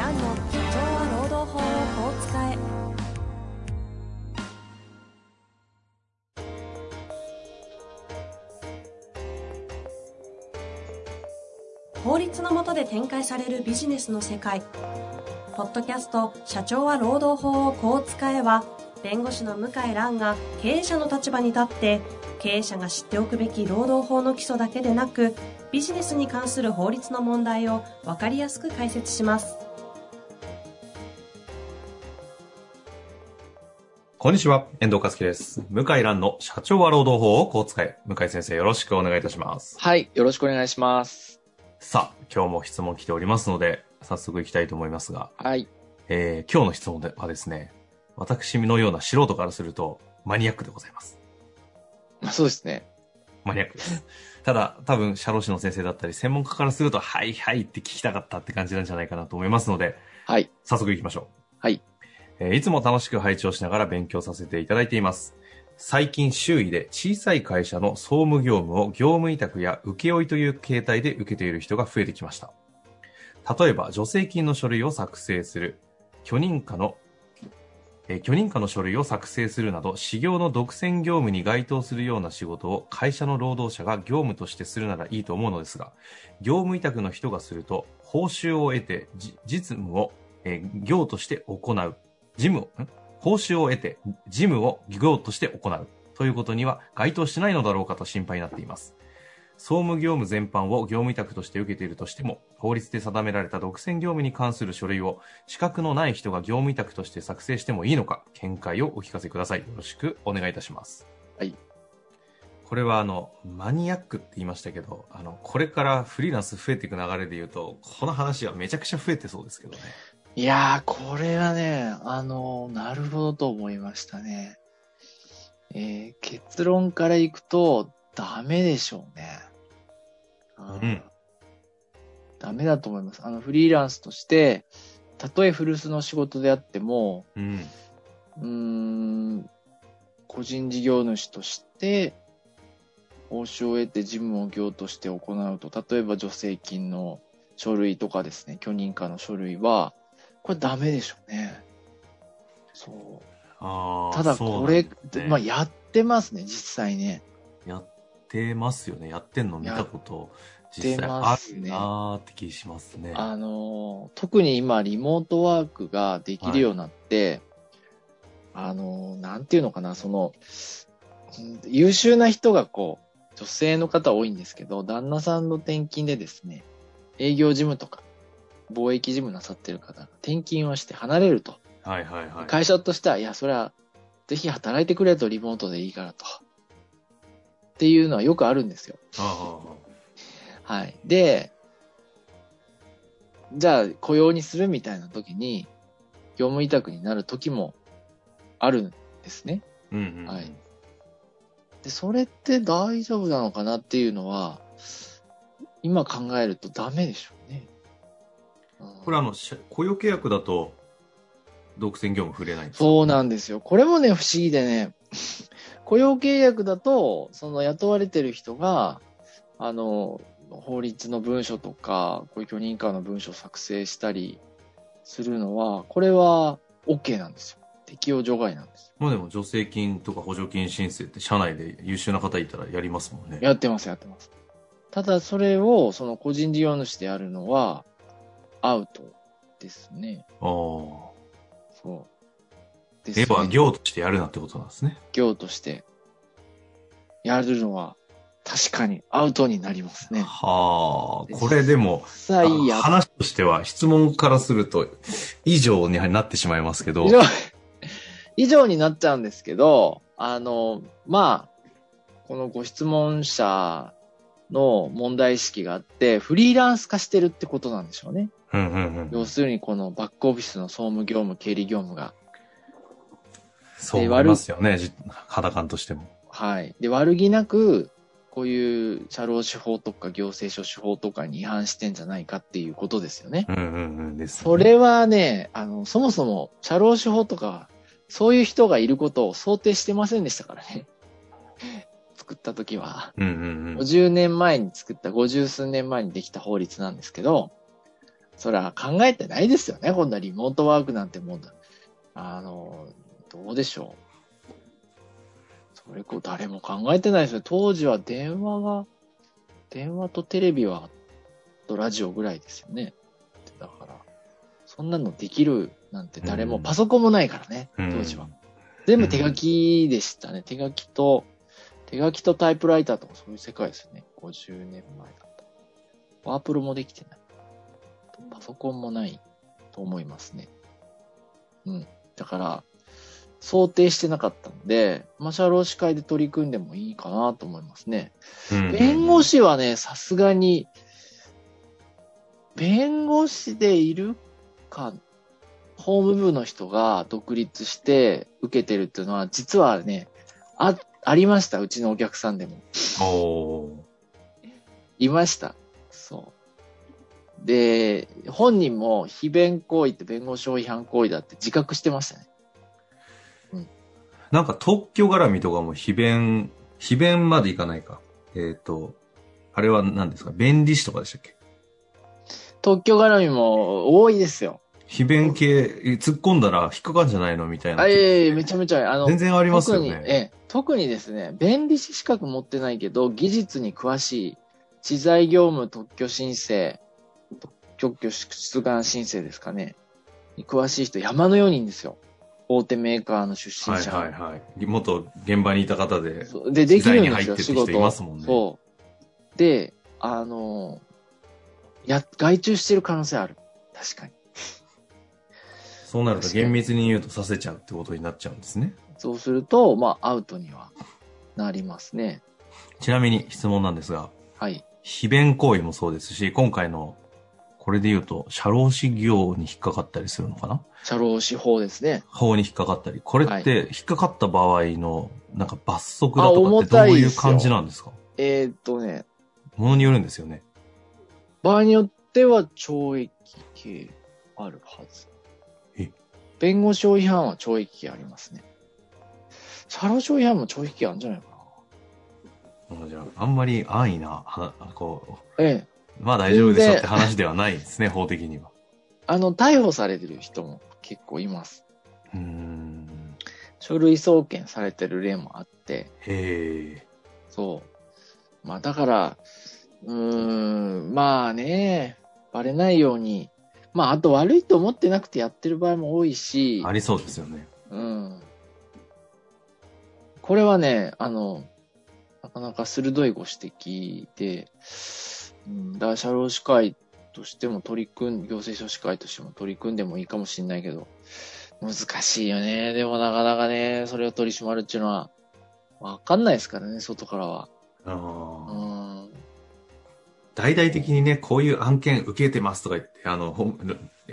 蘭の社長は労働法をこう使え。法律の下で展開されるビジネスの世界。ポッドキャスト社長は労働法をこう使えは、弁護士の向井蘭が経営者の立場に立って経営者が知っておくべき労働法の基礎だけでなく、ビジネスに関する法律の問題を分かりやすく解説します。 こんにちは、遠藤和樹です。向井蘭の社長は労働法をこう使え。向井先生、よろしくお願いいたします。 はい、よろしくお願いします。 さあ、今日も質問来ておりますので、早速いきたいと思いますが、 はい。 今日の質問はですね、私のような素人からするとマニアックでございます。 そうですね。 マニアックです。ただ、多分、社労士の先生だったり、専門家からすると、はいはいって聞きたかったって感じなんじゃないかなと思いますので、 はい。 早速行きましょう。 はい。 いつも楽しく拝聴しながら勉強させていただいています。最近周囲で小さい会社の総務業務を業務委託や請負という形態で受けている人が増えてきました。例えば、助成金の書類を作成する、許認可の書類を作成するなど、私業の独占業務に該当するような仕事を会社の労働者が業務としてするならいいと思うのですが、業務委託の人がすると、報酬を得て実務を業として行う。報酬を得て事務を業として行うということには該当しないのだろうかと心配になっています。総務業務全般を業務委託として受けているとしても、法律で定められた独占業務に関する書類を資格のない人が業務委託として作成してもいいのか、見解をお聞かせください。よろしくお願いいたします。 はい。 これはマニアックって言いましたけど、これからフリーランス増えていく流れで言うと、この話はめちゃくちゃ増えてそうですけどね。 いやー、これはね、なるほどと思いましたね。結論からいくと、ダメでしょうね。ダメだと思います。フリーランスとして、たとえ古巣の仕事であっても、個人事業主として、報酬を得て事務を業として行うと、例えば助成金の書類とかですね、許認可の書類は、これダメでしょうね。そう。ただこれ、ね、やってますね、実際ね。 やってますよね。やってんの見たこと実際あるなーって気しますね。 特に今リモートワークができるようになって、なんていうのかな、優秀な人が女性の方多いんですけど、旦那さんの転勤でですね、営業事務とか、貿易事務なさってる方が転勤をして離れると。 はいはいはい。 会社としては、いや、それは、ぜひ働いてくれとリモートでいいからと。っていうのはよくあるんですよ。はい。で、じゃあ雇用にするみたいな時に、業務委託になる時もあるんですね。はい。で、それって大丈夫なのかなっていうのは、今考えるとダメでしょうね。 これ雇用契約だと、独占業務触れないんですか？ そうなんですよ。これもね、不思議でね、雇用契約だと、雇われてる人が、法律の文書とか、こういう許認可の文書を作成したりするのは、これは OK なんですよ。適用除外なんですよ。 でも助成金とか補助金申請って社内で優秀な方いたらやりますもんね。 やってます。ただそれを個人事業主でやるのはアウトですね。そうですね。 業としてやるなってことなんですね。 業としてやるのは確かにアウトになりますね。 これでも話としては質問からすると以上になってしまいますけど。 以上になっちゃうんですけど、このご質問者の問題意識があって、フリーランス化してるってことなんでしょうね。要するにこのバックオフィスの総務業務、経理業務が。 そう思いますよね、肌感としても。 はい。で、悪気なく、こういう社労士法とか行政書士法とかに違反してんじゃないかっていうことですよね。 ですね。 それはね、そもそも社労士法とか、そういう人がいることを想定してませんでしたからね。作った時は。50年前に作った、50数年前にできた法律なんですけど、 それは考えてないですよね。こんなリモートワークなんてもう、どうでしょう。それ誰も考えてないですよ。当時は電話とテレビとラジオぐらいですよね。だから、そんなのできるなんて誰も、パソコンもないからね、当時は。全部手書きでしたね。手書きとタイプライターとかそういう世界ですよね。50年前だった。ワープロもできてない。パソコンもないと思いますね。うん。だから、想定してなかったんで、社労士会で取り組んでもいいかなと思いますね。弁護士はね、さすがに、弁護士でいるか、法務部の人が独立して受けてるっていうのは、実はね、ありました。うちのお客さんでも。いました。そう。で、本人も非弁行為って弁護士法違反行為だって自覚してましたね。 なんか特許絡みとかも非弁までいかないか。あれは何ですか？弁理士とかでしたっけ？ 特許絡みも多いですよ。 非弁系、突っ込んだら引っかかんじゃないのみたいな。 めちゃめちゃ、 全然ありますよね。 特にですね、弁理士資格持ってないけど、技術に詳しい、知財業務特許申請、特許出願申請ですかね。に詳しい人山のようにいるんですよ。大手メーカーの出身者。 はいはいはい。元現場にいた方で、 できるんですよ、 仕事。いますもんね。 そう。で、外注してる可能性ある。確かに。 そうなると厳密に言うとさせちゃうってことになっちゃうんですね。 そうすると、アウトにはなりますね。 ちなみに質問なんですが、 はい。 非弁行為もそうですし、今回のこれで言うと、社労士業に引っかかったりするのかな？ 社労士法ですね。 法に引っかかったり。これって引っかかった場合の、なんか罰則だとかってどういう感じなんですか？ものによるんですよね。 場合によっては懲役刑あるはず。弁護士法違反は懲役刑ありますね。社労士法違反も懲役刑あるんじゃないかな。じゃあ、あんまり安易な、まあ大丈夫でしょって話ではないですね、法的には。 逮捕されてる人も結構います。書類送検されてる例もあって。そう。だから、まあね、バレないように、あと悪いと思ってなくてやってる場合も多いし。 ありそうですよね。 これはね、なかなか鋭いご指摘で、だから社労士会としても行政書士会としても取り組んでもいいかもしれないけど、難しいよね。でもなかなかね、それを取り締まるっていうのは、わかんないですからね、外からは。 大々的にね、こういう案件受けてますとか言って、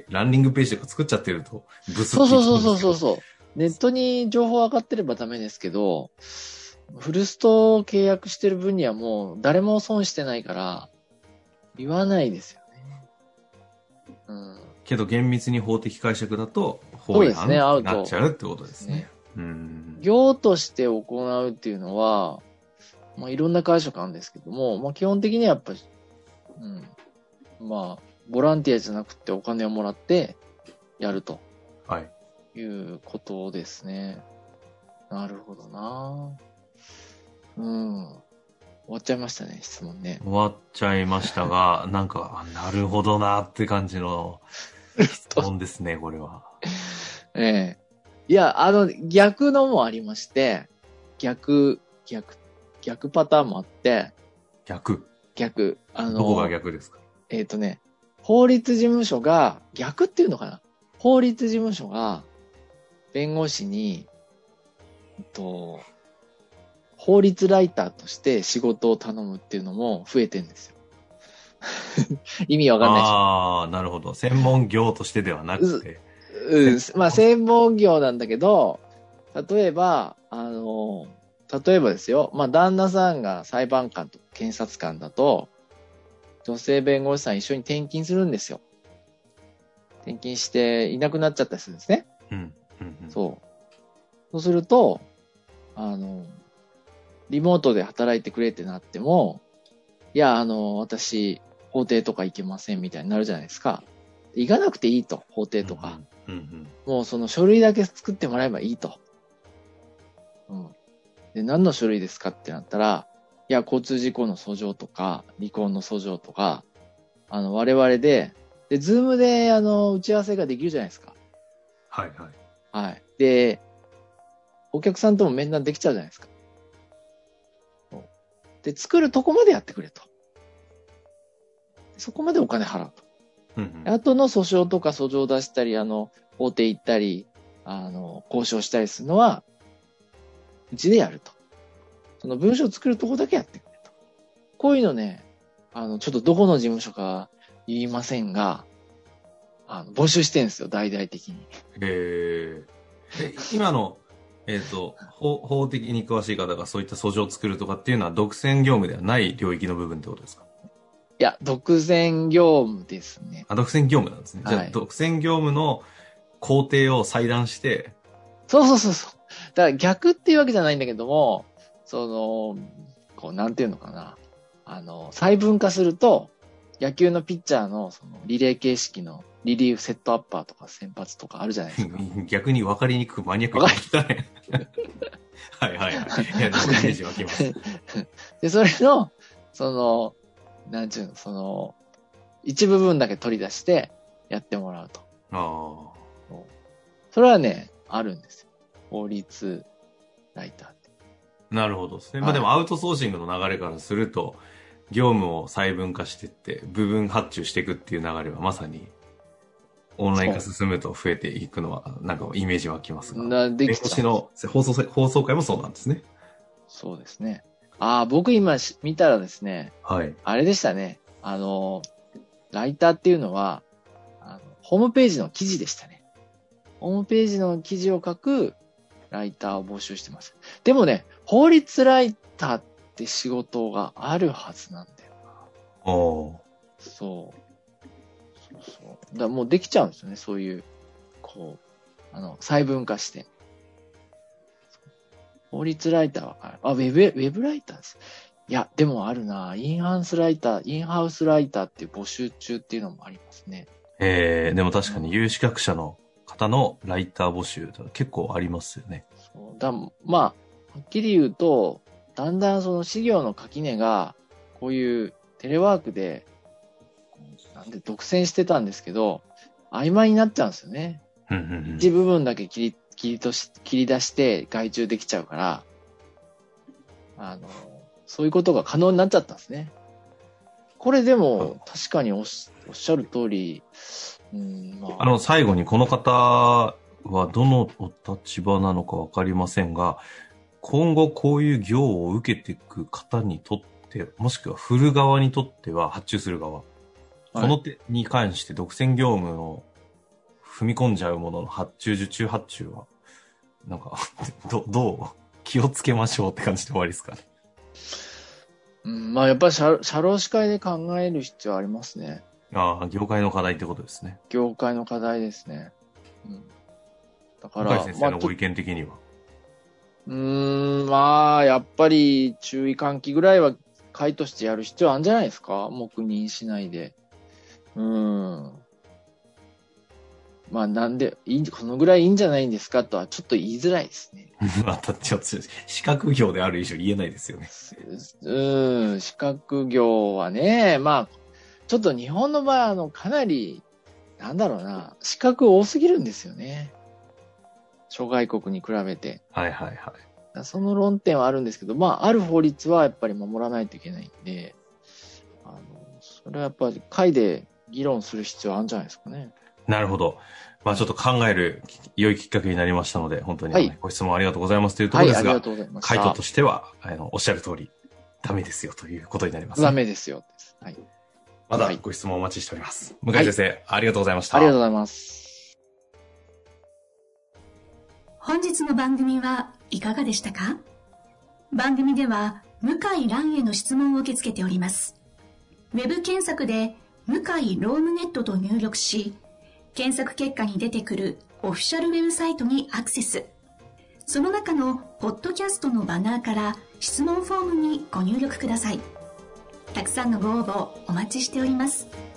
ランニングページとか作っちゃってると、 そう。ネットに情報上がってればダメですけど、フルストを契約してる分にはもう誰も損してないから、言わないですよね。 けど厳密に法的解釈だと、法違反になっちゃうってことですね。 業として行うっていうのは、いろんな解釈あるんですけども、基本的にはやっぱり、ボランティアじゃなくてお金をもらってやると。いうことですね。なるほどな。終わっちゃいましたね、質問ね。 終わっちゃいましたが、なんか、なるほどなって感じの質問ですね、これは。 いや、逆のもありまして、逆パターンもあって、 逆。 どこが逆ですか？ 法律事務所が、逆っていうのかな？法律事務所が、弁護士に、法律ライターとして仕事を頼むっていうのも増えてるんですよ。意味わかんないでしょ。 なるほど。専門業としてではなくて。 専門業なんだけど、例えばですよ。旦那さんが裁判官と検察官だと、女性弁護士さん一緒に転勤するんですよ。転勤していなくなっちゃったりするんですね。そうすると、リモートで働いてくれってなっても、いや、私、法廷とか行けませんみたいになるじゃないですか。 行かなくていいと、法廷とか。 うんうんもうその書類だけ作ってもらえばいいと。うん。で、何の書類ですかってなったら、いや、交通事故の訴状とか、離婚の訴状とか、我々で、ズームで、打ち合わせができるじゃないですか。 はいはい。 はい。で、お客さんとも面談できちゃうじゃないですか。で、作るとこまでやってくれと。そこまでお金払うと。 うんあとの訴訟とか訴状を出したり、法廷行ったり、交渉したりするのは、うちでやると。その文章を作るとこだけやってくれと。こういうのね、ちょっとどこの事務所か言いませんが、募集してるんですよ、大々的に。 今の、法的に詳しい方がそういった訴状を作るとかっていうのは独占業務ではない領域の部分ってことですか？ いや、独占業務ですね。 独占業務なんですね。じゃあ、独占業務の工程を裁断して、 そう。だから逆っていうわけじゃないんだけども、なんていうのかな。細分化すると、野球のピッチャーのリレー形式のリリーフセットアッパーとか先発とかあるじゃないですか。 逆に分かりにくくマニアックに聞きたい。はい。いや、イメージ湧きます。 で、それの、なんちゅうの、一部分だけ取り出してやってもらうと。それはね、あるんですよ。法律ライターって。 なるほどですね。まあでもアウトソーシングの流れからすると、業務を細分化していって、部分発注していくっていう流れはまさに、オンライン化進むと増えていくのは、なんかイメージ湧きますが。弁護士の放送会もそうなんですね。 そうですね。僕今見たらですね、 はい。 あれでしたね。ライターっていうのは、ホームページの記事でしたね。ホームページの記事を書くライターを募集してます。でもね、法律ライターって仕事があるはずなんだよな。そう。だからもうできちゃうんですよね、そういう、細分化して。法律ライターはウェブライターです。いや、でもあるな。インハウスライターっていう募集中っていうのもありますね。 でも確かに有資格者の方のライター募集結構ありますよね。 はっきり言うと、だんだんその事業の垣根が、こういうテレワークで、独占してたんですけど、曖昧になっちゃうんですよね。一部分だけ切り出して外注できちゃうから、そういうことが可能になっちゃったんですね。これでも、確かにおっしゃる通り、 最後にこの方はどのお立場なのかわかりませんが、今後こういう業を受けていく方にとって、もしくは振る側にとっては、発注する側、この点に関して独占業務の踏み込んじゃうものの受注発注は、なんか、どう気をつけましょうって感じで終わりですかね。 やっぱり社労士会で考える必要ありますね。 業界の課題ってことですね。 業界の課題ですね。だから、 向井先生のご意見的には。 やっぱり注意喚起ぐらいは会としてやる必要あるんじゃないですか？黙認しないで。なんで、このぐらいいいんじゃないんですかとはちょっと言いづらいですね。 ちょっと資格業である以上言えないですよね。 資格業はね、ちょっと日本の場合、かなり、資格多すぎるんですよね。諸外国に比べて。その論点はあるんですけど、ある法律はやっぱり守らないといけないんで、それはやっぱり会で議論する必要あるんじゃないですかね。 なるほど。ちょっと考える良いきっかけになりましたので、本当に、ご質問ありがとうございますというところですが、回答としては、おっしゃる通り、ダメですよということになります、ね。 ダメですよ。はい。 まだご質問お待ちしております。向井先生、ありがとうございました。 ありがとうございます。 本日の番組はいかがでしたか？番組では、向井蘭への質問を受け付けております。ウェブ検索で、向井ロームネットと入力し、検索結果に出てくるオフィシャルウェブサイトにアクセス。その中のポッドキャストのバナーから質問フォームにご入力ください。たくさんのご応募お待ちしております。